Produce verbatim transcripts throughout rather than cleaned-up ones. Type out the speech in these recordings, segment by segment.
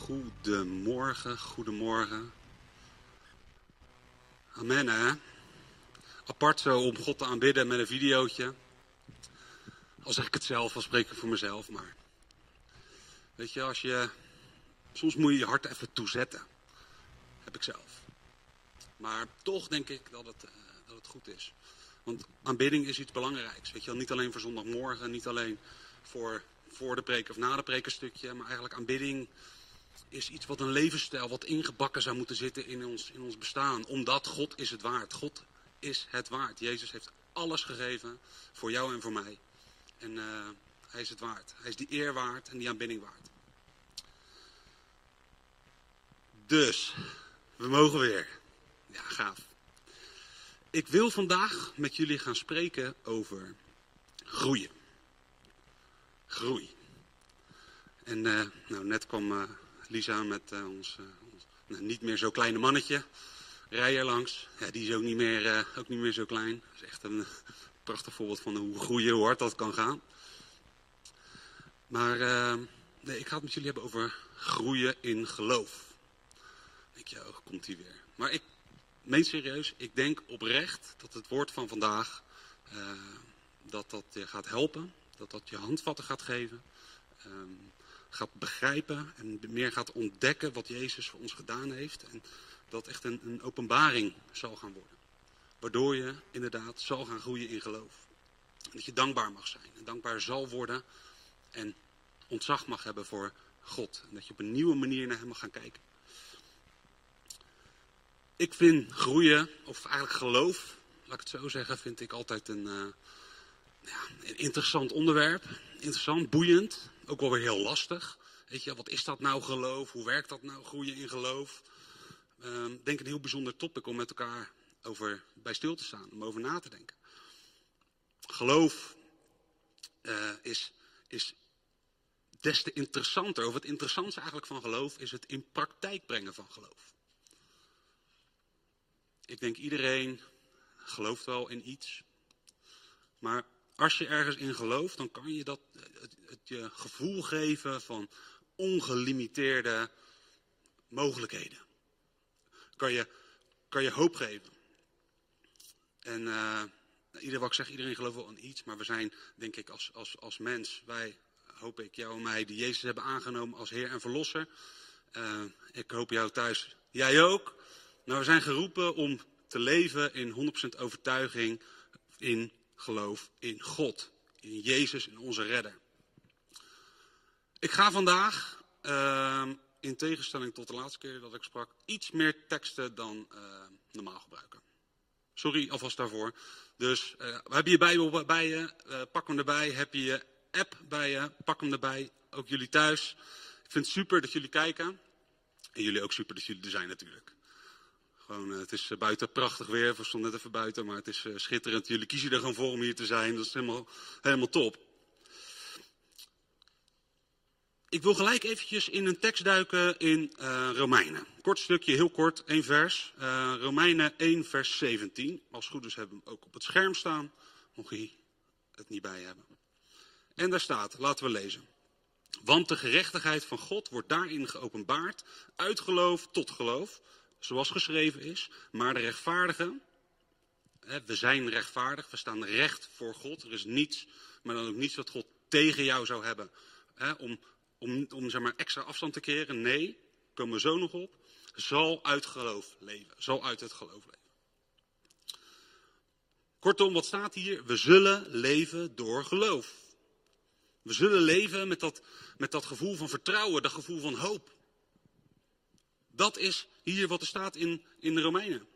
Goedemorgen, goedemorgen. Amen, hè? Apart zo om God te aanbidden met een videootje. Al zeg ik het zelf, al spreek ik voor mezelf, maar... Weet je, als je... Soms moet je je hart even toezetten. Heb ik zelf. Maar toch denk ik dat het, uh, dat het goed is. Want aanbidding is iets belangrijks. Weet je wel, niet alleen voor zondagmorgen, niet alleen voor, voor de preek of na de preek een stukje. Maar eigenlijk aanbidding is iets wat een levensstijl, wat ingebakken zou moeten zitten in ons, in ons bestaan. Omdat God is het waard. God is het waard. Jezus heeft alles gegeven voor jou en voor mij. En uh, hij is het waard. Hij is die eer waard en die aanbidding waard. Dus, we mogen weer. Ja, gaaf. Ik wil vandaag met jullie gaan spreken over groeien. Groei. En uh, nou, net kwam uh, Lisa met uh, ons, uh, ons nou, niet meer zo kleine mannetje rijden langs. Ja, die is ook niet meer, uh, ook niet meer zo klein. Dat is echt een uh, prachtig voorbeeld van hoe groeien, hoe hard dat kan gaan. Maar uh, nee, ik ga het met jullie hebben over groeien in geloof. Ik denk, oh, komt die weer. Maar ik meen serieus, ik denk oprecht dat het woord van vandaag, uh, dat dat je gaat helpen. Dat dat je handvatten gaat geven. Um, gaat begrijpen en meer gaat ontdekken wat Jezus voor ons gedaan heeft. En dat echt een, een openbaring zal gaan worden. Waardoor je inderdaad zal gaan groeien in geloof. En dat je dankbaar mag zijn. En dankbaar zal worden. En ontzag mag hebben voor God. En dat je op een nieuwe manier naar hem mag gaan kijken. Ik vind groeien, of eigenlijk geloof, laat ik het zo zeggen, vind ik altijd een, uh, ja, een interessant onderwerp. Interessant, boeiend, ook wel weer heel lastig. Weet je, wat is dat nou geloof? Hoe werkt dat nou, groeien in geloof? Uh, Ik denk een heel bijzonder topic om met elkaar over bij stil te staan, om over na te denken. Geloof uh, is, is des te interessanter, of het interessantste eigenlijk van geloof is het in praktijk brengen van geloof. Ik denk iedereen gelooft wel in iets. Maar als je ergens in gelooft, dan kan je dat het, het je gevoel geven van ongelimiteerde mogelijkheden. Kan je, kan je hoop geven. En uh, ieder wat ik zeg, iedereen gelooft wel in iets. Maar we zijn, denk ik, als, als, als mens, wij, hoop ik, jou en mij, die Jezus hebben aangenomen als Heer en Verlosser. Uh, ik hoop jou thuis, jij ook. Nou, we zijn geroepen om te leven in honderd procent overtuiging, in geloof in God, in Jezus, in onze redder. Ik ga vandaag, uh, in tegenstelling tot de laatste keer dat ik sprak, iets meer teksten dan uh, normaal gebruiken. Sorry alvast daarvoor. Dus uh, heb je je Bijbel bij je, uh, pak hem erbij. Heb je je app bij je, pak hem erbij. Ook jullie thuis. Ik vind het super dat jullie kijken. En jullie ook super dat jullie er zijn natuurlijk. Gewoon, uh, het is uh, buiten prachtig weer. We stonden net even buiten, maar het is uh, schitterend. Jullie kiezen er gewoon voor om hier te zijn. Dat is helemaal, helemaal top. Ik wil gelijk eventjes in een tekst duiken in uh, Romeinen. Kort stukje, heel kort, één vers. Uh, Romeinen één vers zeventien. Als het goed is hebben we hem ook op het scherm staan. Mocht je het niet bij hebben. En daar staat, laten we lezen. Want de gerechtigheid van God wordt daarin geopenbaard. Uit geloof tot geloof. Zoals geschreven is. Maar de rechtvaardigen. Hè, we zijn rechtvaardig. We staan recht voor God. Er is niets, maar dan ook niets wat God tegen jou zou hebben. Hè, om... Om, om zeg maar extra afstand te keren, nee, komen we zo nog op, zal uit geloof leven. Zal uit het geloof leven. Kortom, wat staat hier? We zullen leven door geloof. We zullen leven met dat, met dat gevoel van vertrouwen, dat gevoel van hoop. Dat is hier wat er staat in, in de Romeinen.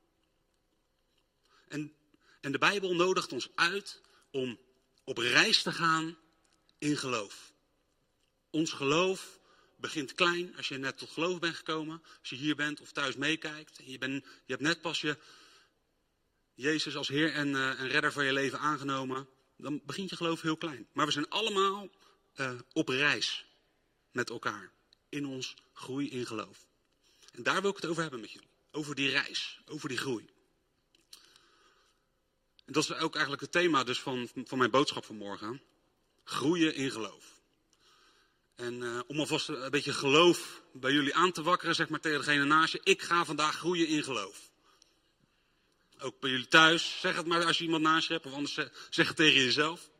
En, en de Bijbel nodigt ons uit om op reis te gaan in geloof. Ons geloof begint klein als je net tot geloof bent gekomen. Als je hier bent of thuis meekijkt. En je, bent, je hebt net pas je Jezus als Heer en, uh, en Redder van je leven aangenomen. Dan begint je geloof heel klein. Maar we zijn allemaal uh, op reis met elkaar. In ons groei in geloof. En daar wil ik het over hebben met jullie. Over die reis. Over die groei. En dat is ook eigenlijk het thema dus van, van mijn boodschap vanmorgen. Groeien in geloof. En uh, om alvast een beetje geloof bij jullie aan te wakkeren, zeg maar tegen degene naast je. Ik ga vandaag groeien in geloof. Ook bij jullie thuis. Zeg het maar als je iemand naast je hebt, of anders zeg het tegen jezelf.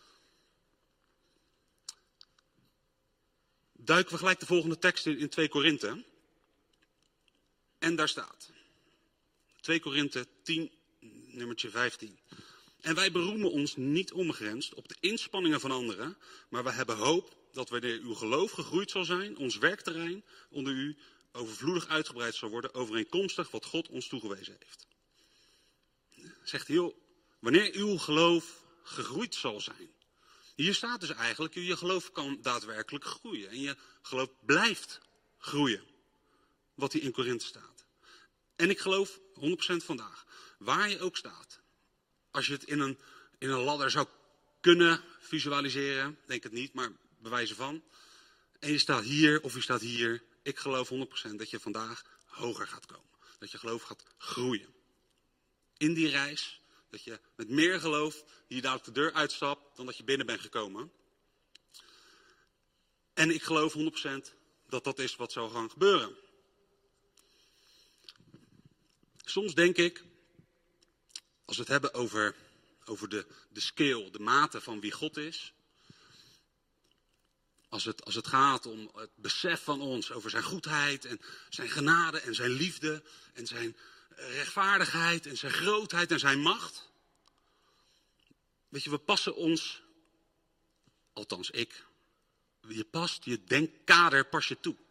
Duiken we gelijk de volgende tekst in, in twee Korinthe. En daar staat. twee Korinthe tien, nummertje vijftien. En wij beroemen ons niet onbegrensd op de inspanningen van anderen, maar wij hebben hoop dat wanneer uw geloof gegroeid zal zijn, ons werkterrein onder u overvloedig uitgebreid zal worden, overeenkomstig wat God ons toegewezen heeft. Zegt hij, joh, wanneer uw geloof gegroeid zal zijn. Hier staat dus eigenlijk, je geloof kan daadwerkelijk groeien. En je geloof blijft groeien. Wat hier in Korinthe staat. En ik geloof honderd procent vandaag, waar je ook staat. Als je het in een, in een ladder zou kunnen visualiseren, denk het niet, maar bewijzen van. En je staat hier of je staat hier. Ik geloof honderd procent dat je vandaag hoger gaat komen. Dat je geloof gaat groeien. In die reis, dat je met meer geloof hier daar de deur uitstapt dan dat je binnen bent gekomen. En ik geloof honderd procent dat dat is wat zou gaan gebeuren. Soms denk ik, als we het hebben over, over de, de scale, de mate van wie God is. Als het, als het gaat om het besef van ons over zijn goedheid en zijn genade en zijn liefde en zijn rechtvaardigheid en zijn grootheid en zijn macht. Weet je, we passen ons, althans ik, je past je denkkader pas je toe.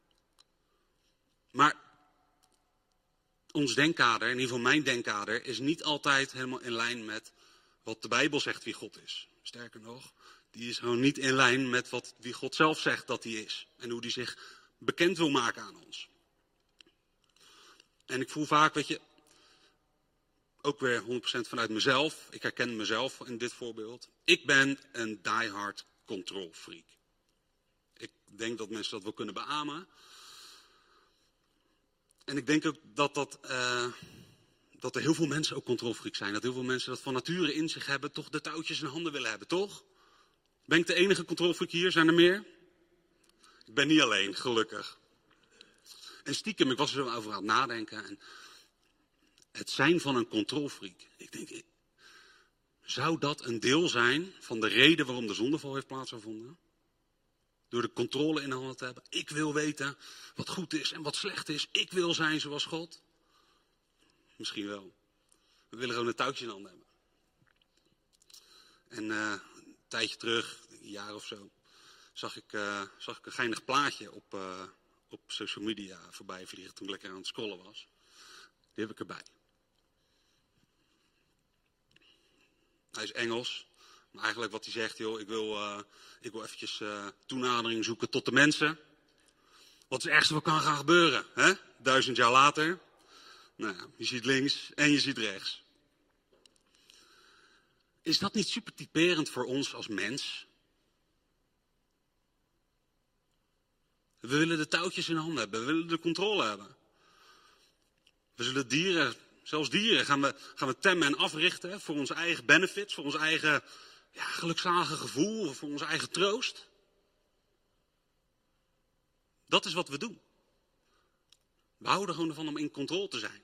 Maar ons denkkader, in ieder geval mijn denkkader, is niet altijd helemaal in lijn met wat de Bijbel zegt wie God is. Sterker nog, die is gewoon niet in lijn met wat wie God zelf zegt dat hij is. En hoe hij zich bekend wil maken aan ons. En ik voel vaak, weet je, ook weer honderd procent vanuit mezelf. Ik herken mezelf in dit voorbeeld. Ik ben een diehard control freak. Ik denk dat mensen dat wel kunnen beamen. En ik denk ook dat, dat, uh, dat er heel veel mensen ook controlfreak zijn. Dat heel veel mensen dat van nature in zich hebben. Toch de touwtjes in handen willen hebben, toch? Ben ik de enige controlfreak hier? Zijn er meer? Ik ben niet alleen, gelukkig. En stiekem, ik was er zo over aan het nadenken. En het zijn van een controlfreak. Ik denk, zou dat een deel zijn van de reden waarom de zondeval heeft plaatsgevonden? Door de controle in de handen te hebben. Ik wil weten wat goed is en wat slecht is. Ik wil zijn zoals God. Misschien wel. We willen gewoon een touwtje in handen hebben. En uh, een tijdje terug, een jaar of zo, zag ik, uh, zag ik een geinig plaatje op, uh, op social media voorbij vliegen toen ik lekker aan het scrollen was. Die heb ik erbij. Hij is Engels. Maar eigenlijk wat hij zegt, joh, ik wil, uh, ik wil eventjes uh, toenadering zoeken tot de mensen. Wat is het ergste wat kan gaan gebeuren? Hè? Duizend jaar later. Nou ja, je ziet links en je ziet rechts. Is dat niet super typerend voor ons als mens? We willen de touwtjes in handen hebben. We willen de controle hebben. We zullen dieren, zelfs dieren, gaan we, gaan we temmen en africhten voor onze eigen benefits, voor ons eigen ja, gelukzalige gevoel, voor onze eigen troost. Dat is wat we doen. We houden gewoon ervan om in controle te zijn.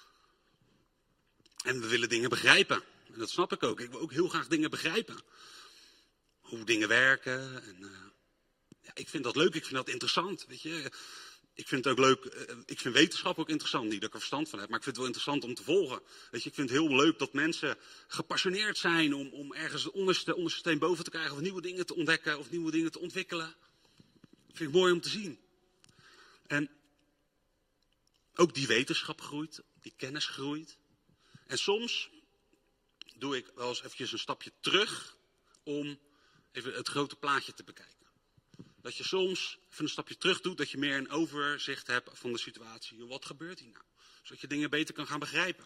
En we willen dingen begrijpen. En dat snap ik ook. Ik wil ook heel graag dingen begrijpen. Hoe dingen werken. En, uh, ja, ik vind dat leuk, ik vind dat interessant. Weet je. Ik vind het ook leuk, uh, ik vind wetenschap ook interessant. Niet dat ik er verstand van heb, maar ik vind het wel interessant om te volgen. Weet je, ik vind het heel leuk dat mensen gepassioneerd zijn om, om ergens de onderste, onderste steen boven te krijgen. Of nieuwe dingen te ontdekken of nieuwe dingen te ontwikkelen. Dat vind ik mooi om te zien. En ook die wetenschap groeit, die kennis groeit. En soms doe ik wel eens eventjes een stapje terug om even het grote plaatje te bekijken. Dat je soms even een stapje terug doet, dat je meer een overzicht hebt van de situatie. Wat gebeurt hier nou? Zodat je dingen beter kan gaan begrijpen.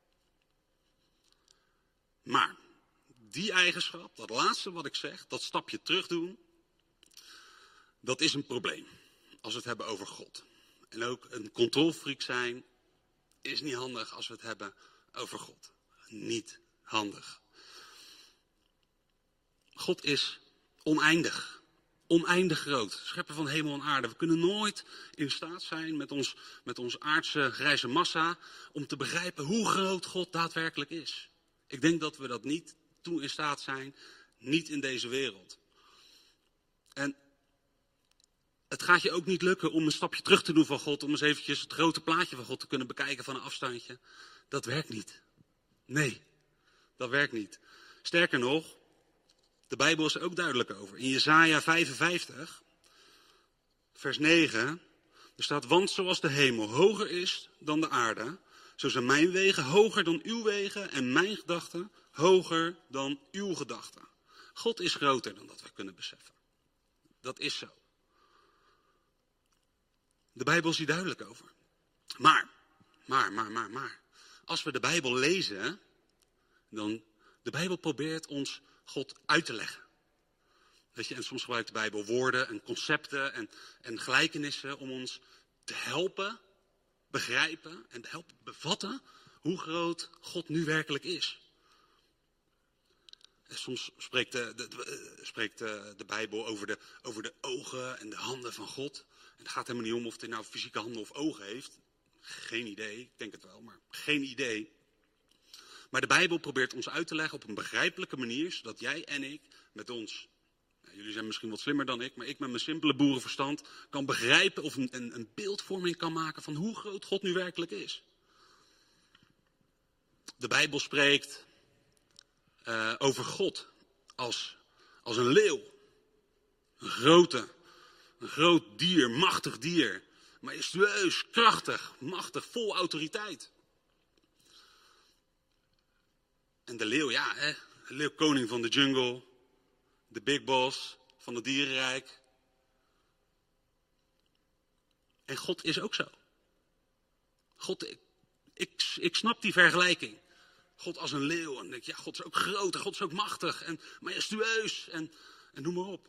Maar die eigenschap, dat laatste wat ik zeg, dat stapje terug doen, dat is een probleem. Als we het hebben over God. En ook een controlfreak zijn is niet handig als we het hebben over God. Niet handig. God is oneindig. oneindig groot. Schepper van hemel en aarde. We kunnen nooit in staat zijn met ons, met ons aardse grijze massa om te begrijpen hoe groot God daadwerkelijk is. Ik denk dat we dat niet toe in staat zijn, niet in deze wereld. En het gaat je ook niet lukken om een stapje terug te doen van God, om eens eventjes het grote plaatje van God te kunnen bekijken van een afstandje. Dat werkt niet. Nee, dat werkt niet. Sterker nog, de Bijbel is er ook duidelijk over. In Jesaja vijfenvijftig, vers negen, er staat, want zoals de hemel hoger is dan de aarde, zo zijn mijn wegen hoger dan uw wegen en mijn gedachten hoger dan uw gedachten. God is groter dan dat wij kunnen beseffen. Dat is zo. De Bijbel is hier duidelijk over. Maar, maar, maar, maar, maar. Als we de Bijbel lezen, dan, de Bijbel probeert ons God uit te leggen. Weet je, en soms gebruikt de Bijbel woorden en concepten en, en gelijkenissen om ons te helpen begrijpen en helpen bevatten hoe groot God nu werkelijk is. En soms spreekt, de, de, de, spreekt de, de Bijbel over de, over de ogen en de handen van God. En het gaat helemaal niet om of hij nou fysieke handen of ogen heeft. Geen idee, ik denk het wel, maar geen idee. Maar de Bijbel probeert ons uit te leggen op een begrijpelijke manier, zodat jij en ik met ons, nou, jullie zijn misschien wat slimmer dan ik, maar ik met mijn simpele boerenverstand kan begrijpen of een, een, een beeldvorming kan maken van hoe groot God nu werkelijk is. De Bijbel spreekt uh, over God als, als een leeuw. Een grote, een groot dier, machtig dier. Majestueus, krachtig, machtig, vol autoriteit. En de leeuw, ja, hè, de leeuw koning van de jungle. De big boss van het dierenrijk. En God is ook zo. God, ik, ik, ik snap die vergelijking. God als een leeuw. En denk, ja, God is ook groot en God is ook machtig en majestueus en, en noem maar op.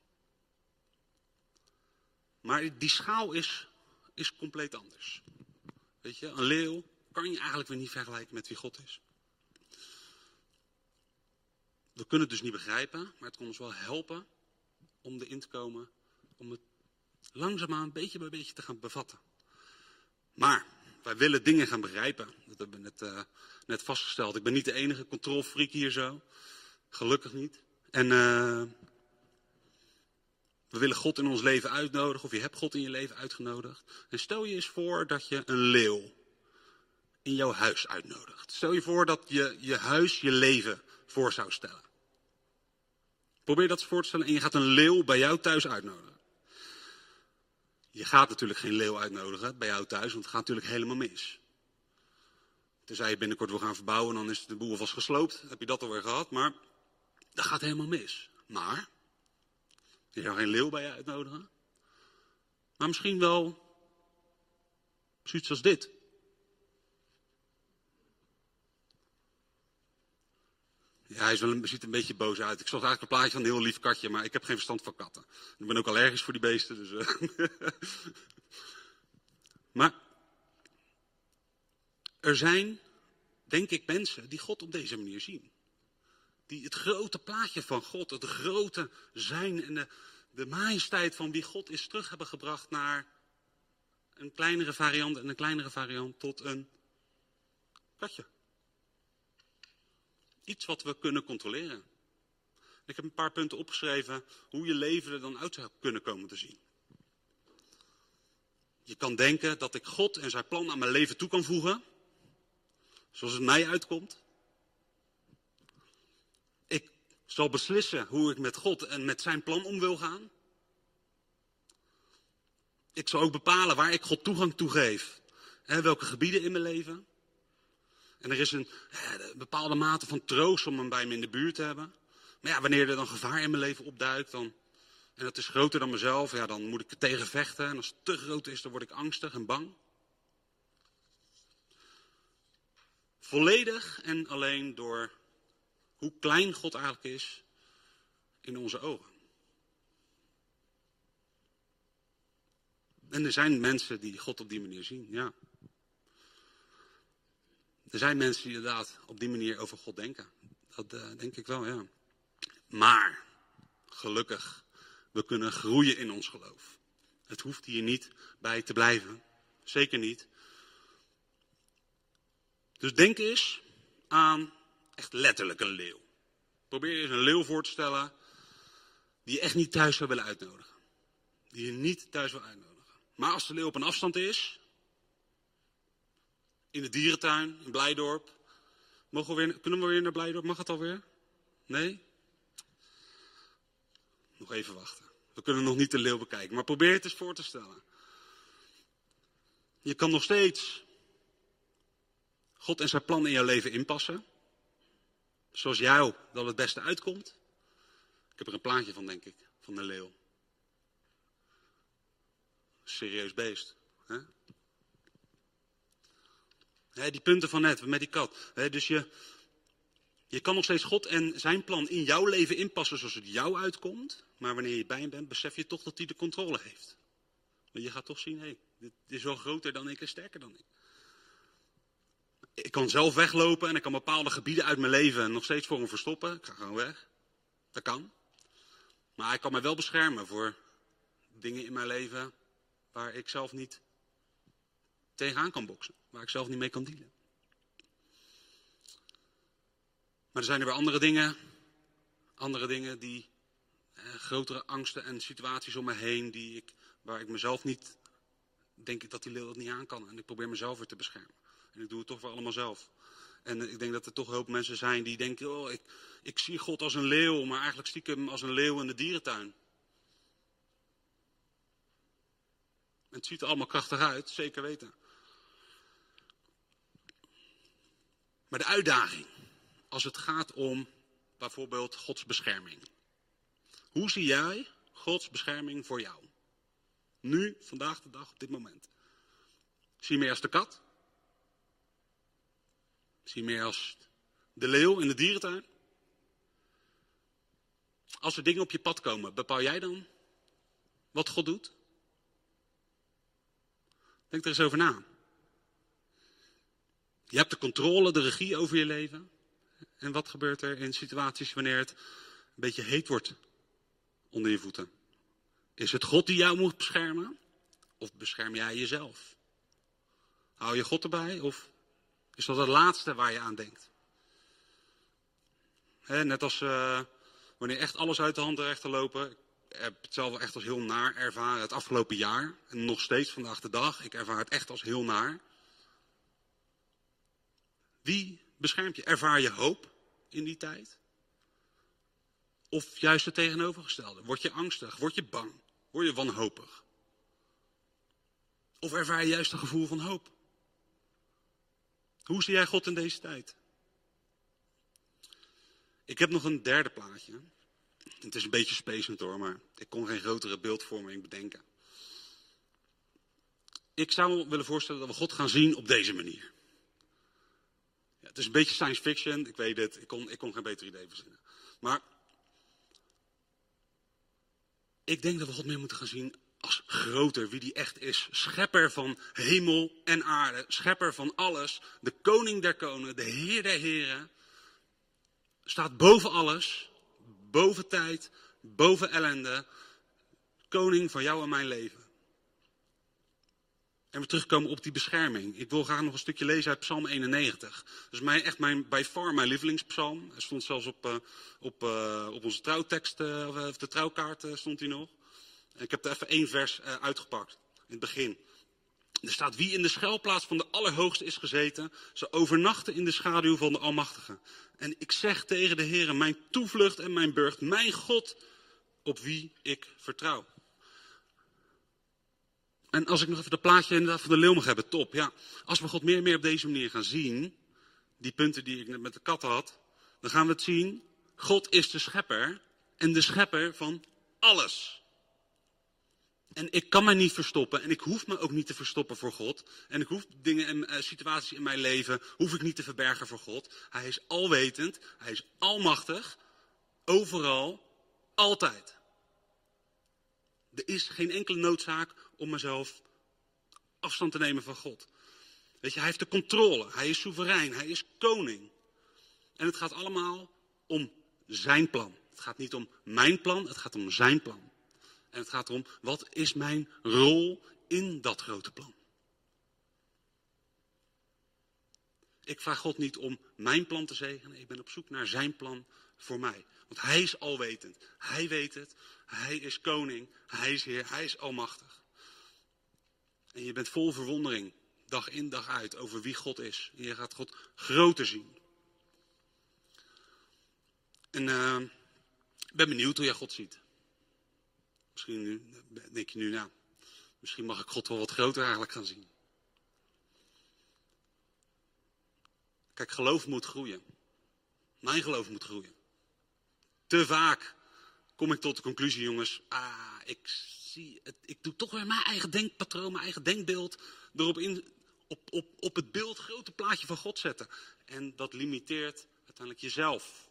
Maar die schaal is, is compleet anders. Weet je, een leeuw kan je eigenlijk weer niet vergelijken met wie God is. We kunnen het dus niet begrijpen, maar het kan ons wel helpen om erin te komen, om het langzaamaan beetje bij beetje te gaan bevatten. Maar wij willen dingen gaan begrijpen. Dat hebben we net, uh, net vastgesteld. Ik ben niet de enige controlfreak hier zo. Gelukkig niet. En uh, we willen God in ons leven uitnodigen, of je hebt God in je leven uitgenodigd. En stel je eens voor dat je een leeuw in jouw huis uitnodigt. Stel je voor dat je je huis je leven voor zou stellen. Probeer dat eens voor te stellen en je gaat een leeuw bij jou thuis uitnodigen. Je gaat natuurlijk geen leeuw uitnodigen bij jou thuis, want het gaat natuurlijk helemaal mis. Tenzij je binnenkort wil gaan verbouwen, dan is de boel vast gesloopt. Dan heb je dat alweer gehad, maar dat gaat helemaal mis. Maar, je gaat geen leeuw bij je uitnodigen. Maar misschien wel zoiets als dit. Ja, hij is wel een, ziet er een beetje boos uit. Ik zocht eigenlijk een plaatje van een heel lief katje, maar ik heb geen verstand van katten. Ik ben ook allergisch voor die beesten. Dus, uh. Maar er zijn, denk ik, mensen die God op deze manier zien. Die het grote plaatje van God, het grote zijn en de, de majesteit van wie God is terug hebben gebracht naar een kleinere variant en een kleinere variant tot een katje. Iets wat we kunnen controleren. Ik heb een paar punten opgeschreven hoe je leven er dan uit zou kunnen komen te zien. Je kan denken dat ik God en zijn plan aan mijn leven toe kan voegen. Zoals het mij uitkomt. Ik zal beslissen hoe ik met God en met zijn plan om wil gaan. Ik zal ook bepalen waar ik God toegang toe geef. Hè, welke gebieden in mijn leven. En er is een, een bepaalde mate van troost om hem bij me in de buurt te hebben. Maar ja, wanneer er dan gevaar in mijn leven opduikt, dan, en dat is groter dan mezelf, ja, dan moet ik er tegen vechten. En als het te groot is, dan word ik angstig en bang. Volledig en alleen door hoe klein God eigenlijk is in onze ogen. En er zijn mensen die God op die manier zien, ja. Er zijn mensen die inderdaad op die manier over God denken. Dat uh, denk ik wel, ja. Maar, gelukkig, We kunnen groeien in ons geloof. Het hoeft hier niet bij te blijven. Zeker niet. Dus denk eens aan echt letterlijk een leeuw. Probeer je eens een leeuw voor te stellen die je echt niet thuis zou willen uitnodigen. Die je niet thuis wil uitnodigen. Maar als de leeuw op een afstand is, in de dierentuin, in Blijdorp, mogen we weer, kunnen we weer naar Blijdorp? Mag het alweer? Nee? Nog even wachten. We kunnen nog niet de leeuw bekijken, maar probeer het eens voor te stellen. Je kan nog steeds God en zijn plan in jouw leven inpassen. Zoals jou dat het beste uitkomt. Ik heb er een plaatje van, denk ik, van de leeuw. Serieus beest. Hè? Hè, die punten van net, met die kat. Hè, dus je, je kan nog steeds God en zijn plan in jouw leven inpassen zoals het jou uitkomt. Maar wanneer je bij hem bent, besef je toch dat hij de controle heeft. Want je gaat toch zien, hé, hey, dit is wel groter dan ik en sterker dan ik. Ik kan zelf weglopen en ik kan bepaalde gebieden uit mijn leven nog steeds voor hem verstoppen. Ik ga gewoon weg. Dat kan. Maar hij kan mij wel beschermen voor dingen in mijn leven waar ik zelf niet tegenaan kan boksen. Waar ik zelf niet mee kan dealen. Maar er zijn er weer andere dingen. Andere dingen die eh, grotere angsten en situaties om me heen die ik, waar ik mezelf niet, denk ik dat die leeuw dat niet aan kan. En ik probeer mezelf weer te beschermen. En ik doe het toch wel allemaal zelf. En ik denk dat er toch een hoop mensen zijn die denken, oh, ik, ik zie God als een leeuw, maar eigenlijk stiekem als een leeuw in de dierentuin. En het ziet er allemaal krachtig uit, zeker weten. Maar de uitdaging, als het gaat om bijvoorbeeld Gods bescherming. Hoe zie jij Gods bescherming voor jou? Nu, vandaag de dag, op dit moment. Zie je meer als de kat? Zie je meer als de leeuw in de dierentuin? Als er dingen op je pad komen, bepaal jij dan wat God doet? Denk er eens over na. Je hebt de controle, de regie over je leven. En wat gebeurt er in situaties wanneer het een beetje heet wordt onder je voeten? Is het God die jou moet beschermen? Of bescherm jij jezelf? Hou je God erbij? Of is dat het laatste waar je aan denkt? He, net als uh, wanneer echt alles uit de hand dreigt te lopen. Ik heb het zelf wel echt als heel naar ervaren het afgelopen jaar. En nog steeds vandaag de dag. Ik ervaar het echt als heel naar. Wie beschermt je? Ervaar je hoop in die tijd? Of juist het tegenovergestelde? Word je angstig? Word je bang? Word je wanhopig? Of ervaar je juist een gevoel van hoop? Hoe zie jij God in deze tijd? Ik heb nog een derde plaatje. Het is een beetje spacend hoor, maar ik kon geen grotere beeldvorming bedenken. Ik zou me willen voorstellen dat we God gaan zien op deze manier. Ja, het is een beetje science fiction, ik weet het, ik kon, ik kon geen beter idee verzinnen. Maar ik denk dat we God meer moeten gaan zien als groter, wie die echt is. Schepper van hemel en aarde, schepper van alles, de koning der koningen, de heer der heren. Staat boven alles, boven tijd, boven ellende, koning van jou en mijn leven. En we terugkomen op die bescherming. Ik wil graag nog een stukje lezen uit Psalm eenennegentig. Dat is mij echt mijn, by far mijn lievelingspsalm. Hij stond zelfs op, uh, op, uh, op onze trouwtekst, uh, of de trouwkaart uh, stond hij nog. En ik heb er even één vers uh, uitgepakt, in het begin. Er staat, wie in de schuilplaats van de Allerhoogste is gezeten, ze overnachten in de schaduw van de Almachtige. En ik zeg tegen de Heere, mijn toevlucht en mijn burcht, mijn God, op wie ik vertrouw. En als ik nog even dat plaatje inderdaad van de leeuw mag hebben, top. Ja, als we God meer en meer op deze manier gaan zien, die punten die ik net met de kat had, dan gaan we het zien. God is de schepper en de schepper van alles. En ik kan mij niet verstoppen en ik hoef me ook niet te verstoppen voor God. En ik hoef dingen en uh, situaties in mijn leven, hoef ik niet te verbergen voor God. Hij is alwetend, hij is almachtig, overal, altijd. Er is geen enkele noodzaak om mezelf afstand te nemen van God. Weet je, hij heeft de controle, hij is soeverein, hij is koning. En het gaat allemaal om zijn plan. Het gaat niet om mijn plan, het gaat om zijn plan. En het gaat erom, wat is mijn rol in dat grote plan? Ik vraag God niet om mijn plan te zegenen. Ik ben op zoek naar zijn plan voor mij. Want hij is alwetend. Hij weet het. Hij is koning. Hij is Heer. Hij is almachtig. En je bent vol verwondering. Dag in dag uit over wie God is. En je gaat God groter zien. En uh, ik ben benieuwd hoe jij God ziet. Misschien nu, denk je nu, nou, misschien mag ik God wel wat groter eigenlijk gaan zien. Kijk, geloof moet groeien. Mijn geloof moet groeien. Te vaak kom ik tot de conclusie, jongens, ah, ik zie het, ik doe toch weer mijn eigen denkpatroon, mijn eigen denkbeeld erop in, op, op, op het beeld, grote plaatje van God zetten. En dat limiteert uiteindelijk jezelf.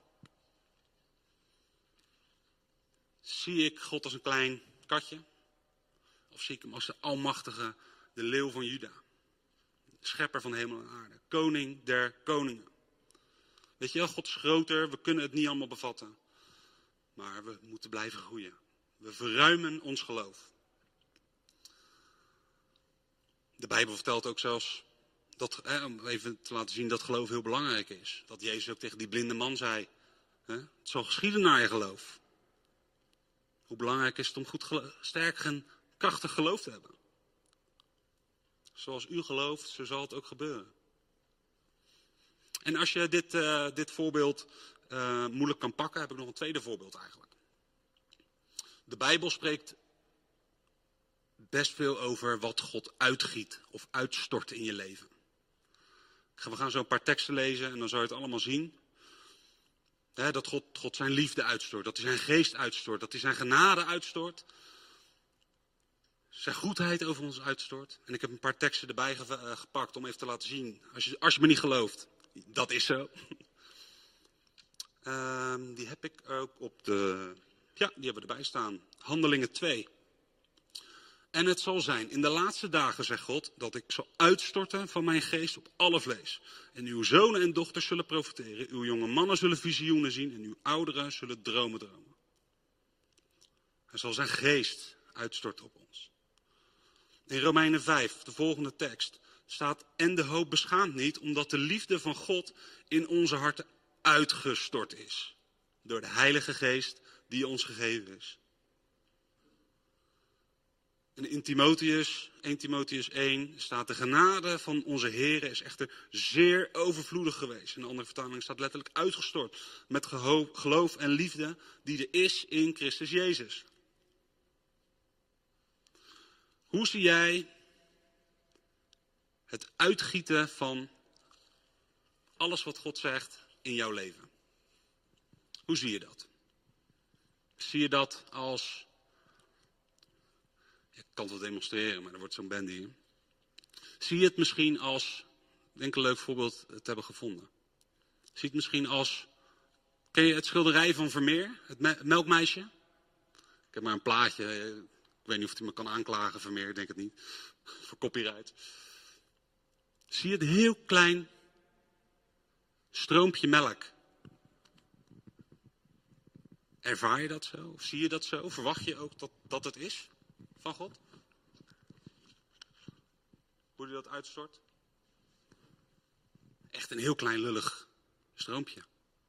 Zie ik God als een klein katje? Of zie ik hem als de almachtige, de leeuw van Juda? Schepper van hemel en aarde. Koning der koningen. Weet je wel, God is groter. We kunnen het niet allemaal bevatten. Maar we moeten blijven groeien. We verruimen ons geloof. De Bijbel vertelt ook zelfs, dat, hè, om even te laten zien dat geloof heel belangrijk is. Dat Jezus ook tegen die blinde man zei, hè, het zal geschieden naar je geloof. Hoe belangrijk is het om goed, gelo- sterk en krachtig geloof te hebben. Zoals u gelooft, zo zal het ook gebeuren. En als je dit, uh, dit voorbeeld uh, moeilijk kan pakken, heb ik nog een tweede voorbeeld eigenlijk. De Bijbel spreekt best veel over wat God uitgiet of uitstort in je leven. We gaan zo een paar teksten lezen en dan zou je het allemaal zien. He, dat God, God zijn liefde uitstort, dat hij zijn geest uitstort, dat hij zijn genade uitstort. Zijn goedheid over ons uitstort. En ik heb een paar teksten erbij ge- uh, gepakt om even te laten zien. Als je, als je me niet gelooft, dat is zo. uh, die heb ik ook op de... Ja, die hebben we erbij staan. Handelingen twee. En het zal zijn, in de laatste dagen, zegt God, dat ik zal uitstorten van mijn geest op alle vlees. En uw zonen en dochters zullen profiteren. Uw jonge mannen zullen visioenen zien en uw ouderen zullen dromen dromen. Hij zal zijn geest uitstorten op ons. In Romeinen vijf, de volgende tekst, staat: en de hoop beschaamt niet, omdat de liefde van God in onze harten uitgestort is. Door de Heilige Geest die ons gegeven is. En in Timotheus, eerste Timotheus één staat: de genade van onze Heer is echter zeer overvloedig geweest. In de andere vertaling staat letterlijk uitgestort. Met geloof en liefde die er is in Christus Jezus. Hoe zie jij het uitgieten van alles wat God zegt in jouw leven? Hoe zie je dat? Zie je dat als... Ik kan het wel demonstreren, maar er wordt zo'n bende hier. Zie je het misschien als... Ik denk een leuk voorbeeld te hebben gevonden. Zie je het misschien als... Ken je het schilderij van Vermeer? Het me- melkmeisje? Ik heb maar een plaatje... Ik weet niet of hij me kan aanklagen, Vermeer, ik denk het niet. Voor copyright. Zie je het heel klein stroompje melk? Ervaar je dat zo? Of zie je dat zo? Verwacht je ook dat, dat het is van God? Hoe hij dat uitstort? Echt een heel klein lullig stroompje.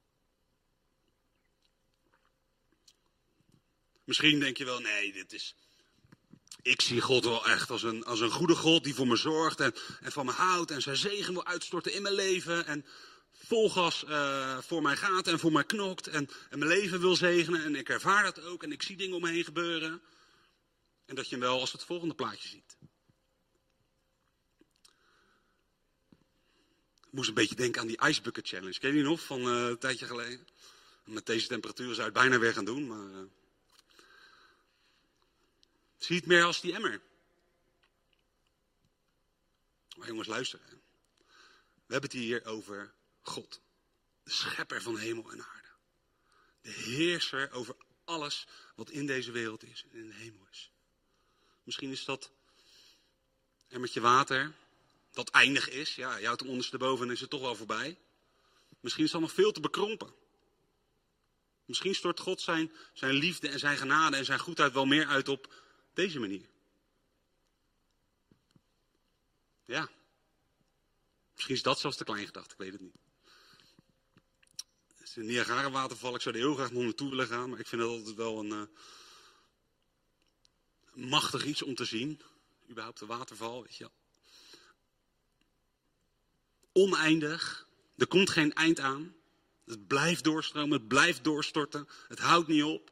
Misschien denk je wel, nee, dit is... Ik zie God wel echt als een, als een goede God die voor me zorgt en, en van me houdt en zijn zegen wil uitstorten in mijn leven en vol gas uh, voor mij gaat en voor mij knokt en, en mijn leven wil zegenen en ik ervaar dat ook en ik zie dingen om me heen gebeuren. En dat je hem wel als het volgende plaatje ziet. Ik moest een beetje denken aan die Ice Bucket Challenge. Ken je die nog van uh, een tijdje geleden? Met deze temperatuur zou je het bijna weer gaan doen, maar... Uh... Zie het meer als die emmer. Maar jongens, luisteren. Hè. We hebben het hier over God. De schepper van hemel en aarde. De heerser over alles wat in deze wereld is en in de hemel is. Misschien is dat emmertje water dat eindig is. Ja, je houdt hem ondersteboven en is het toch wel voorbij. Misschien is dat nog veel te bekrompen. Misschien stort God zijn, zijn liefde en zijn genade en zijn goedheid wel meer uit op deze manier. Ja. Misschien is dat zelfs te klein gedacht, ik weet het niet. Het is een Niagara-waterval, ik zou er heel graag nog naartoe willen gaan, maar ik vind het altijd wel een uh, machtig iets om te zien. Überhaupt een waterval, weet je wel. Oneindig, er komt geen eind aan. Het blijft doorstromen, het blijft doorstorten, het houdt niet op.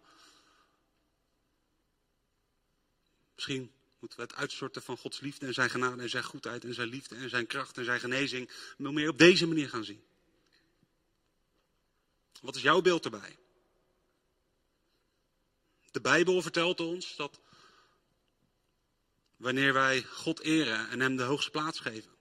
Misschien moeten we het uitstorten van Gods liefde en zijn genade en zijn goedheid en zijn liefde en zijn kracht en zijn genezing nog meer op deze manier gaan zien. Wat is jouw beeld erbij? De Bijbel vertelt ons dat wanneer wij God eren en hem de hoogste plaats geven,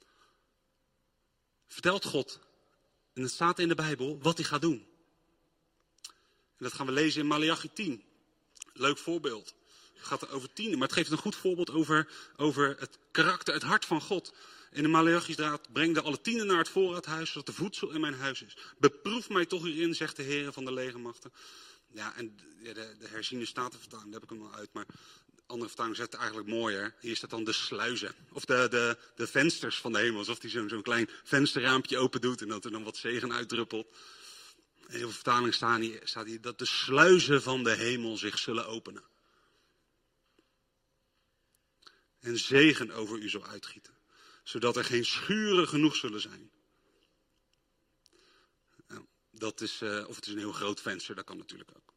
vertelt God, en het staat in de Bijbel, wat hij gaat doen. En dat gaan we lezen in Maleachi tien. Leuk voorbeeld. Het gaat over tienen, maar het geeft een goed voorbeeld over, over het karakter, het hart van God. In de Maleachi staat, breng de alle tienen naar het voorraadhuis, zodat de voedsel in mijn huis is. Beproef mij toch hierin, zegt de Heer van de legermachten. Ja, en de, de, de herziene statenvertaling, daar heb ik hem al uit, maar de andere vertaling zet het eigenlijk mooier. Hier staat dan de sluizen, of de, de, de vensters van de hemel, alsof hij zo'n zo'n klein vensterraampje open doet en dat er dan wat zegen uitdruppelt. In heel veel vertalingen staat hier, staat hier dat de sluizen van de hemel zich zullen openen. En zegen over u zal uitgieten, zodat er geen schuren genoeg zullen zijn. Nou, dat is, uh, of het is een heel groot venster, dat kan natuurlijk ook.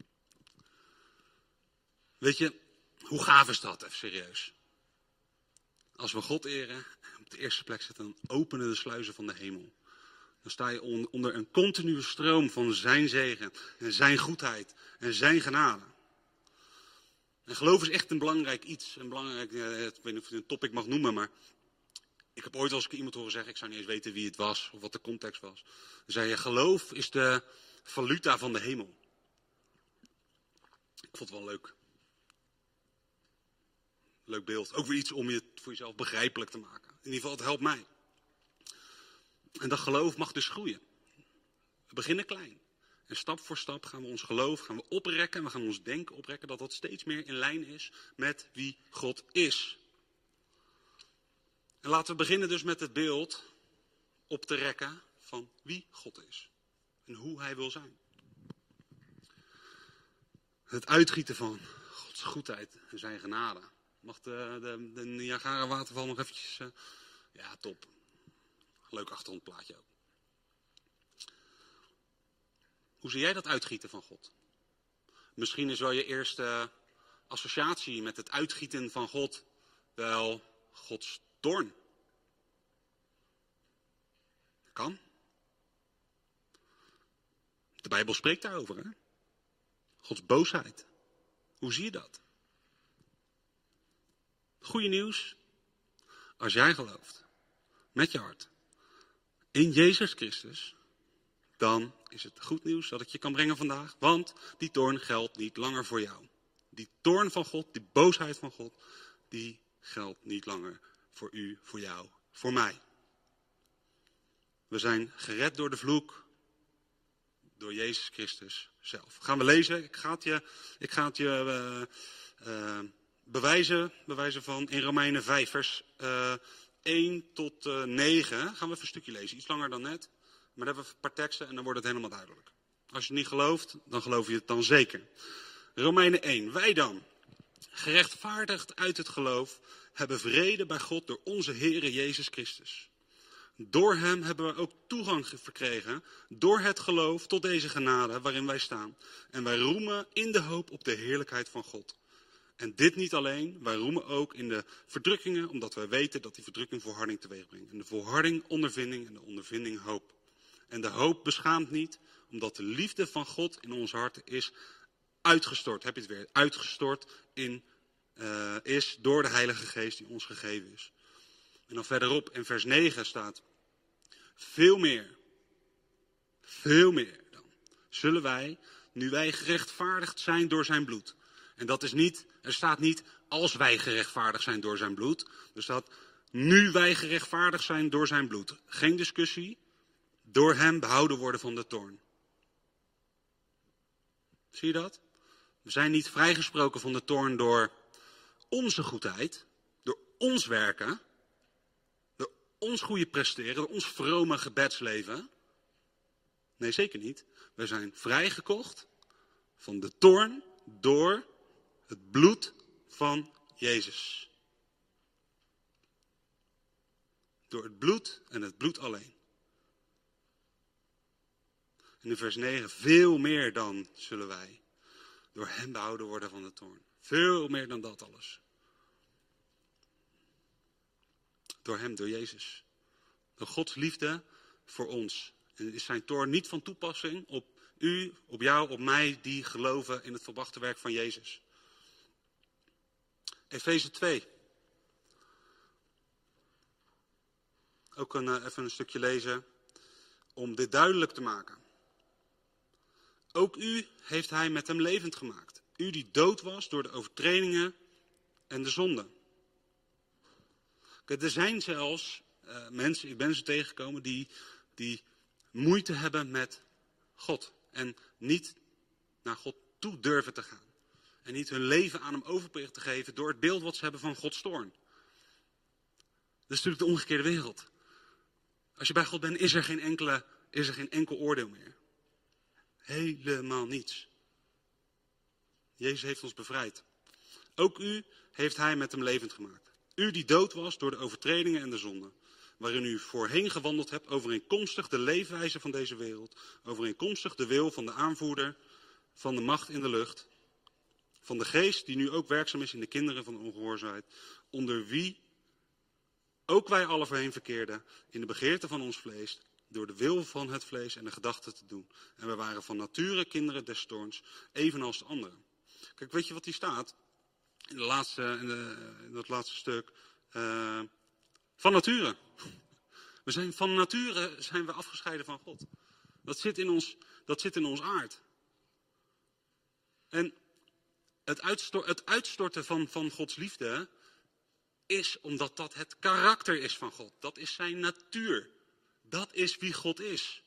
Weet je, hoe gaaf is dat, even serieus? Als we God eren, op de eerste plek zetten, dan openen de sluizen van de hemel. Dan sta je on, onder een continue stroom van zijn zegen en zijn goedheid en zijn genade. En geloof is echt een belangrijk iets. Een belangrijk, eh, ik weet niet of ik het een topic mag noemen, maar ik heb ooit wel eens iemand horen zeggen, ik zou niet eens weten wie het was of wat de context was. Dan zei je, geloof is de valuta van de hemel. Ik vond het wel leuk. Leuk beeld. Ook weer iets om je voor jezelf begrijpelijk te maken. In ieder geval, het helpt mij. En dat geloof mag dus groeien. We beginnen klein. En stap voor stap gaan we ons geloof gaan we oprekken. En we gaan ons denken oprekken dat dat steeds meer in lijn is met wie God is. En laten we beginnen dus met het beeld op te rekken van wie God is. En hoe hij wil zijn. Het uitgieten van Gods goedheid en zijn genade. Mag de, de, de Niagara waterval nog eventjes... Uh, ja, top. Leuk achtergrondplaatje ook. Hoe zie jij dat uitgieten van God? Misschien is wel je eerste associatie met het uitgieten van God wel Gods toorn. Kan. De Bijbel spreekt daarover, hè? Gods boosheid. Hoe zie je dat? Goeie nieuws. Als jij gelooft, met je hart, in Jezus Christus, dan is het goed nieuws dat ik je kan brengen vandaag. Want die toorn geldt niet langer voor jou. Die toorn van God, die boosheid van God, die geldt niet langer voor u, voor jou, voor mij. We zijn gered door de vloek, door Jezus Christus zelf. Gaan we lezen? Ik ga het je, ik ga het je uh, uh, bewijzen, bewijzen van in Romeinen vijf, vers uh, één tot uh, negen. Gaan we even een stukje lezen, iets langer dan net. Maar dan hebben we een paar teksten en dan wordt het helemaal duidelijk. Als je het niet gelooft, dan geloof je het dan zeker. Romeinen één. Wij dan, gerechtvaardigd uit het geloof, hebben vrede bij God door onze Heere Jezus Christus. Door hem hebben we ook toegang verkregen, door het geloof tot deze genade waarin wij staan. En wij roemen in de hoop op de heerlijkheid van God. En dit niet alleen, wij roemen ook in de verdrukkingen, omdat wij weten dat die verdrukking volharding teweeg brengt. En de volharding ondervinding en de ondervinding hoop. En de hoop beschaamt niet, omdat de liefde van God in ons hart is uitgestort. Heb je het weer? Uitgestort in, uh, is door de Heilige Geest die ons gegeven is. En dan verderop in vers negen staat, veel meer, veel meer dan, zullen wij, nu wij gerechtvaardigd zijn door zijn bloed. En dat is niet, er staat niet, als wij gerechtvaardigd zijn door zijn bloed. Er staat, nu wij gerechtvaardigd zijn door zijn bloed. Geen discussie. Door hem behouden worden van de toorn. Zie je dat? We zijn niet vrijgesproken van de toorn door onze goedheid, door ons werken, door ons goede presteren, door ons vrome gebedsleven. Nee, zeker niet. We zijn vrijgekocht van de toorn door het bloed van Jezus. Door het bloed en het bloed alleen. En in vers negen, veel meer dan zullen wij door hem behouden worden van de toorn. Veel meer dan dat alles. Door hem, door Jezus. Door Gods liefde voor ons. En is zijn toorn niet van toepassing op u, op jou, op mij, die geloven in het volbrachte werk van Jezus. Efeze twee. Ook een, uh, even een stukje lezen om dit duidelijk te maken. Ook u heeft hij met hem levend gemaakt. U die dood was door de overtredingen en de zonden. Kijk, er zijn zelfs uh, mensen, ik ben ze tegengekomen, die, die moeite hebben met God. En niet naar God toe durven te gaan. En niet hun leven aan hem over te geven door het beeld wat ze hebben van Gods toorn. Dat is natuurlijk de omgekeerde wereld. Als je bij God bent, is er geen, enkele, is er geen enkel oordeel meer. Helemaal niets. Jezus heeft ons bevrijd. Ook u heeft hij met hem levend gemaakt. U die dood was door de overtredingen en de zonden. Waarin u voorheen gewandeld hebt overeenkomstig de leefwijze van deze wereld. Overeenkomstig de wil van de aanvoerder van de macht in de lucht. Van de geest die nu ook werkzaam is in de kinderen van de ongehoorzaamheid. Onder wie ook wij alle voorheen verkeerden in de begeerte van ons vlees. Door de wil van het vlees en de gedachten te doen. En we waren van nature kinderen des toorns, evenals de anderen. Kijk, weet je wat hier staat? In, de laatste, in, de, in dat laatste stuk. Uh, van nature. We zijn van nature zijn we afgescheiden van God. Dat zit in ons, dat zit in ons aard. En het, uitstor, het uitstorten van, van Gods liefde is omdat dat het karakter is van God. Dat is zijn natuur. Dat is wie God is.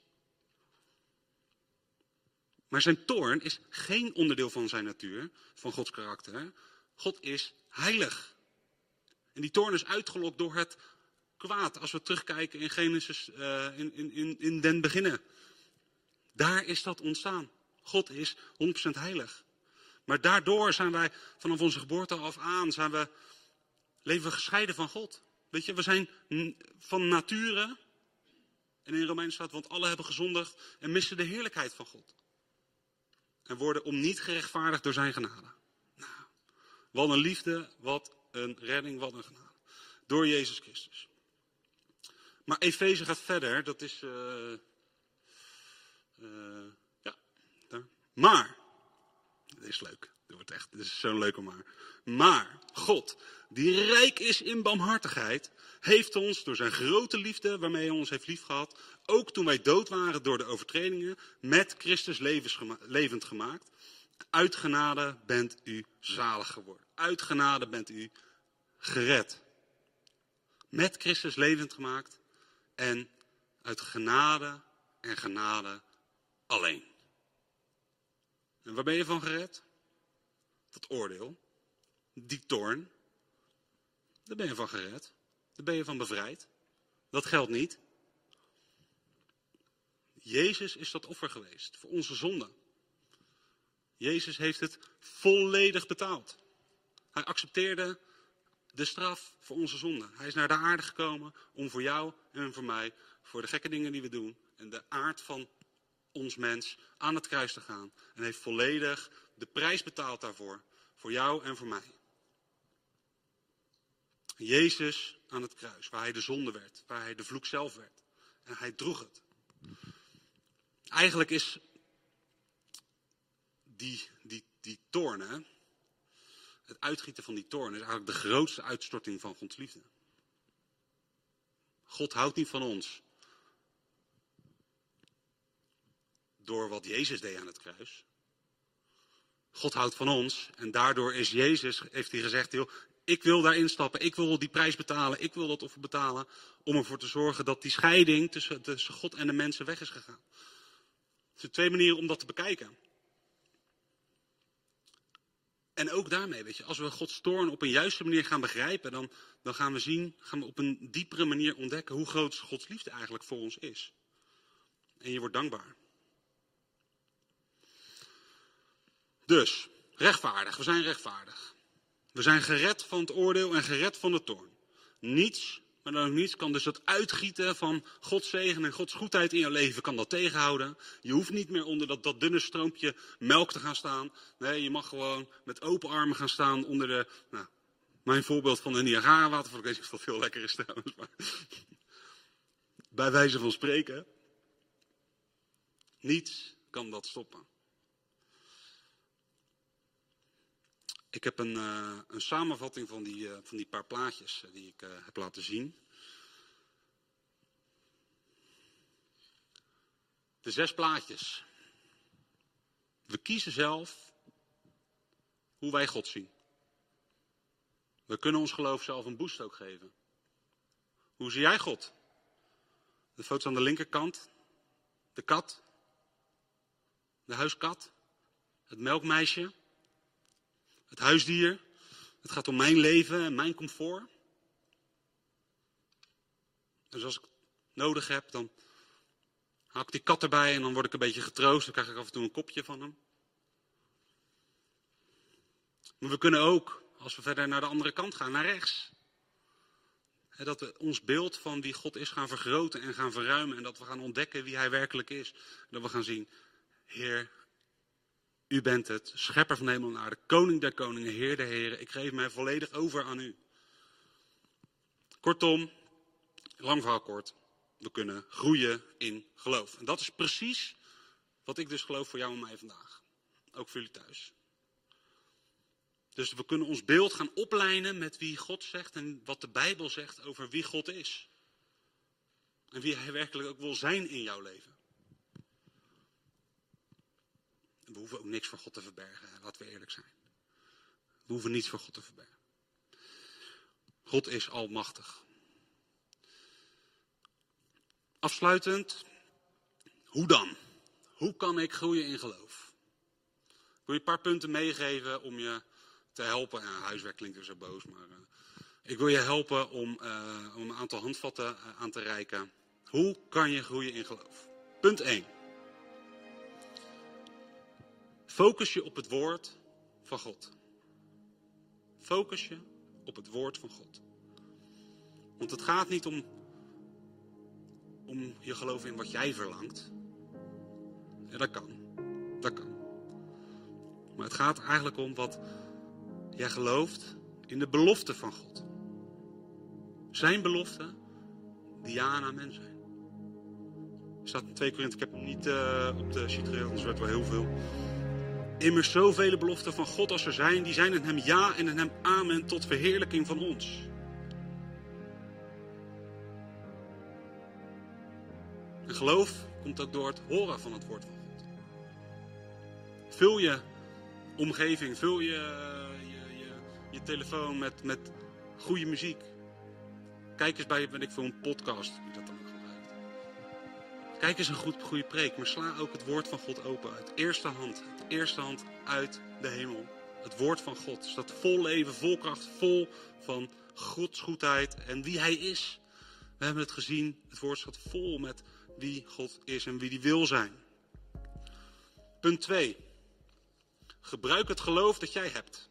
Maar zijn toorn is geen onderdeel van zijn natuur, van Gods karakter. God is heilig. En die toorn is uitgelokt door het kwaad. Als we terugkijken in Genesis, uh, in, in, in, in den beginnen. Daar is dat ontstaan. God is honderd procent heilig. Maar daardoor zijn wij vanaf onze geboorte af aan, zijn we, leven we gescheiden van God. Weet je, we zijn van nature, en in Romeinen staat, want alle hebben gezondigd en missen de heerlijkheid van God. En worden om niet gerechtvaardigd door zijn genade. Nou, wat een liefde, wat een redding, wat een genade. Door Jezus Christus. Maar Efeze gaat verder, dat is, uh, uh, ja, daar. Maar, dit is leuk, dit wordt echt, dit is zo'n leuke maar. Maar, God, die rijk is in barmhartigheid, heeft ons door zijn grote liefde, waarmee hij ons heeft liefgehad, ook toen wij dood waren door de overtredingen, met Christus levend gemaakt. Uit genade bent u zalig geworden. Uit genade bent u gered. Met Christus levend gemaakt en uit genade en genade alleen. En waar ben je van gered? Dat oordeel, die toorn, daar ben je van gered. Daar ben je van bevrijd. Dat geldt niet. Jezus is dat offer geweest voor onze zonden. Jezus heeft het volledig betaald. Hij accepteerde de straf voor onze zonden. Hij is naar de aarde gekomen om voor jou en voor mij, voor de gekke dingen die we doen, en de aard van ons mens aan het kruis te gaan. En heeft volledig de prijs betaald daarvoor. Voor jou en voor mij. Jezus aan het kruis, waar hij de zonde werd, waar hij de vloek zelf werd. En hij droeg het. Eigenlijk is die, die, die toorn, hè, het uitgieten van die toorn, is eigenlijk de grootste uitstorting van Gods liefde. God houdt niet van ons door wat Jezus deed aan het kruis. God houdt van ons en daardoor is Jezus, heeft hij gezegd, joh, ik wil daarin stappen, ik wil die prijs betalen, ik wil dat offer betalen, om ervoor te zorgen dat die scheiding tussen, tussen God en de mensen weg is gegaan. Er zijn twee manieren om dat te bekijken. En ook daarmee, weet je, als we Gods toorn op een juiste manier gaan begrijpen, dan, dan gaan we zien, gaan we op een diepere manier ontdekken hoe groot Gods liefde eigenlijk voor ons is. En je wordt dankbaar. Dus, rechtvaardig, we zijn rechtvaardig. We zijn gered van het oordeel en gered van de toorn. Niets, maar dan ook niets, kan dus dat uitgieten van Gods zegen en Gods goedheid in jouw leven, kan dat tegenhouden. Je hoeft niet meer onder dat, dat dunne stroompje melk te gaan staan. Nee, je mag gewoon met open armen gaan staan onder de, nou, mijn voorbeeld van de Niagara-waterval. Ik weet niet of dat veel lekker is trouwens, maar bij wijze van spreken. Niets kan dat stoppen. Ik heb een, uh, een samenvatting van die, uh, van die paar plaatjes uh, die ik uh, heb laten zien. De zes plaatjes. We kiezen zelf hoe wij God zien. We kunnen ons geloof zelf een boost ook geven. Hoe zie jij God? De foto's aan de linkerkant. De kat. De huiskat. Het melkmeisje. Het huisdier. Het gaat om mijn leven en mijn comfort. Dus als ik nodig heb, dan haal ik die kat erbij en dan word ik een beetje getroost. Dan krijg ik af en toe een kopje van hem. Maar we kunnen ook, als we verder naar de andere kant gaan, naar rechts. He, dat we ons beeld van wie God is gaan vergroten en gaan verruimen. En dat we gaan ontdekken wie hij werkelijk is. En dat we gaan zien, Heer, u bent het, schepper van hemel en aarde, koning der koningen, heer der heren. Ik geef mij volledig over aan u. Kortom, lang verhaal kort, we kunnen groeien in geloof. En dat is precies wat ik dus geloof voor jou en mij vandaag. Ook voor jullie thuis. Dus we kunnen ons beeld gaan oplijnen met wie God zegt en wat de Bijbel zegt over wie God is. En wie hij werkelijk ook wil zijn in jouw leven. We hoeven ook niks voor God te verbergen, laten we eerlijk zijn. We hoeven niets voor God te verbergen. God is almachtig. Afsluitend, hoe dan? Hoe kan ik groeien in geloof? Ik wil je een paar punten meegeven om je te helpen. Ja, huiswerk klinkt weer zo boos, maar uh, ik wil je helpen om, uh, om een aantal handvatten uh, aan te reiken. Hoe kan je groeien in geloof? Punt één. Focus je op het woord van God. Focus je op het woord van God. Want het gaat niet om, om je geloof in wat jij verlangt. Ja, dat kan. Dat kan. Maar het gaat eigenlijk om wat jij gelooft in de belofte van God. Zijn beloften die ja en amen zijn. Er staat in twee Korinthe, ik heb hem niet uh, op de sheet geregeld, anders werd wel heel veel. Immers zoveel beloften van God als er zijn, die zijn in hem ja en in hem amen tot verheerlijking van ons. En geloof komt ook door het horen van het woord van God. Vul je omgeving, vul je, je, je, je telefoon met, met goede muziek. Kijk eens bij, weet ik veel, een podcast, wie dat dan ook gebruikt. Kijk eens een goed, goede preek, maar sla ook het woord van God open uit eerste hand. Uit eerste hand uit de hemel. Het woord van God staat vol leven, vol kracht, vol van Gods goedheid en wie hij is. We hebben het gezien, het woord staat vol met wie God is en wie hij wil zijn. Punt twee. Gebruik het geloof dat jij hebt.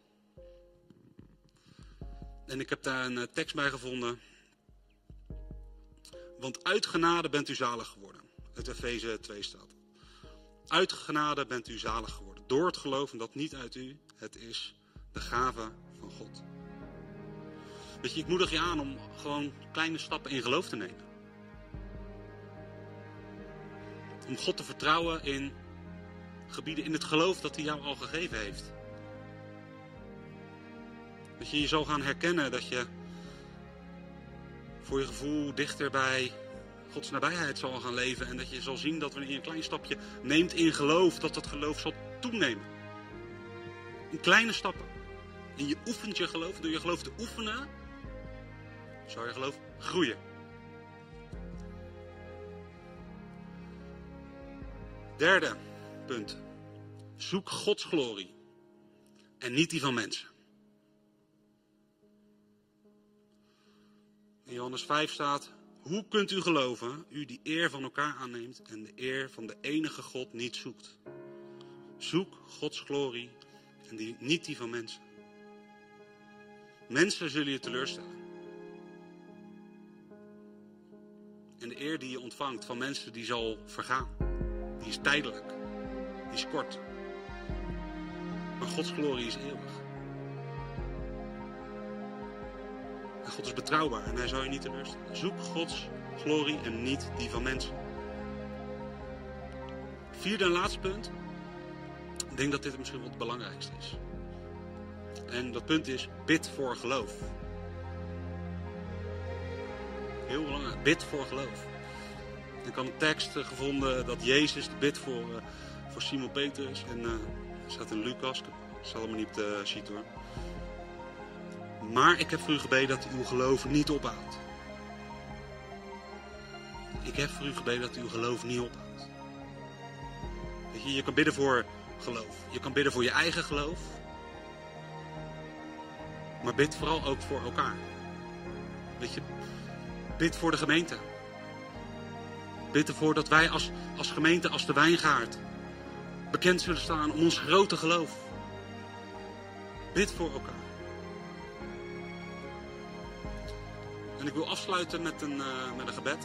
En ik heb daar een tekst bij gevonden. Want uit genade bent u zalig geworden. Uit Efeze twee staat. Uit genade bent u zalig geworden. Door het geloof en dat niet uit u. Het is de gave van God. Weet je, ik moedig je aan om gewoon kleine stappen in geloof te nemen. Om God te vertrouwen in gebieden in het geloof dat hij jou al gegeven heeft. Dat je je zal gaan herkennen dat je voor je gevoel dichter bij Gods nabijheid zal gaan leven. En dat je zal zien dat wanneer je een klein stapje neemt in geloof, dat dat geloof zal toenemen. In kleine stappen. En je oefent je geloof. Door je geloof te oefenen, zal je geloof groeien. Derde punt. Zoek Gods glorie. en niet die van mensen. In Johannes vijf staat: hoe kunt u geloven, u die eer van elkaar aanneemt en de eer van de enige God niet zoekt? Zoek Gods glorie en die, niet die van mensen. Mensen zullen je teleurstellen. En de eer die je ontvangt van mensen, die zal vergaan. Die is tijdelijk. Die is kort. Maar Gods glorie is eeuwig. En God is betrouwbaar en hij zal je niet teleurstellen. Zoek Gods glorie en niet die van mensen. Vierde en laatste punt. Ik denk dat dit misschien wel het belangrijkste is. En dat punt is: bid voor geloof. Heel belangrijk, bid voor geloof. Ik had een tekst gevonden dat Jezus bidt voor, uh, voor Simon Petrus. En uh, er staat in Lucas, ik zal hem niet op de sheet hoor. Maar ik heb voor u gebeden dat u uw geloof niet ophoudt. Ik heb voor u gebeden dat u uw geloof niet ophoudt. Weet je, je kan bidden voor geloof. Je kan bidden voor je eigen geloof. Maar bid vooral ook voor elkaar. Weet je, bid voor de gemeente. Bid ervoor dat wij als, als gemeente, als de Wijngaard, bekend zullen staan om ons grote geloof. Bid voor elkaar. En ik wil afsluiten met een, uh, met een gebed.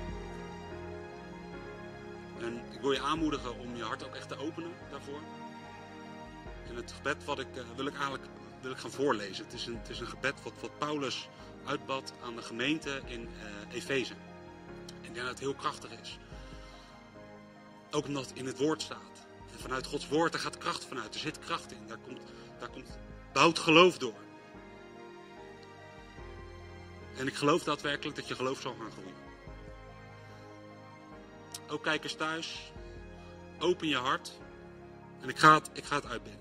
En ik wil je aanmoedigen om je hart ook echt te openen daarvoor. En het gebed wat ik, uh, wil ik eigenlijk wil ik gaan voorlezen. Het is een, het is een gebed wat, wat Paulus uitbad aan de gemeente in uh, Efeze. Ik denk dat het heel krachtig is. Ook omdat het in het woord staat. En vanuit Gods woord, daar gaat kracht vanuit. Er zit kracht in. Daar komt, daar komt bouwt geloof door. En ik geloof daadwerkelijk dat je geloof zal gaan groeien. Ook kijkers thuis. Open je hart. En ik ga het, ik ga het uitbidden.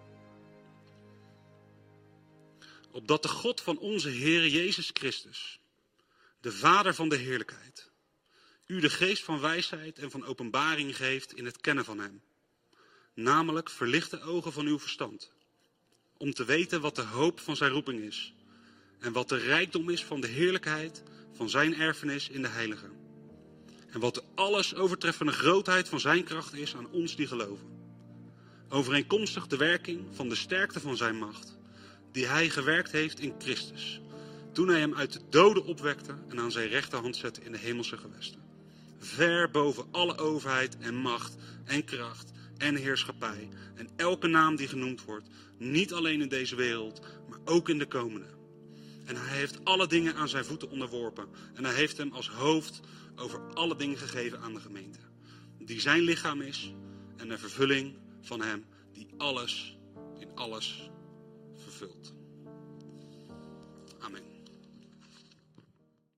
Opdat de God van onze Heer Jezus Christus, de Vader van de heerlijkheid, u de geest van wijsheid en van openbaring geeft in het kennen van hem. Namelijk verlicht de ogen van uw verstand, om te weten wat de hoop van zijn roeping is en wat de rijkdom is van de heerlijkheid van zijn erfenis in de heiligen. En wat de alles overtreffende grootheid van zijn kracht is aan ons die geloven. Overeenkomstig de werking van de sterkte van zijn macht, die hij gewerkt heeft in Christus, toen hij hem uit de doden opwekte en aan zijn rechterhand zette in de hemelse gewesten. Ver boven alle overheid en macht en kracht en heerschappij en elke naam die genoemd wordt, niet alleen in deze wereld, maar ook in de komende. En hij heeft alle dingen aan zijn voeten onderworpen en hij heeft hem als hoofd over alle dingen gegeven aan de gemeente, die zijn lichaam is en de vervulling van hem die alles in alles vervult. Amen.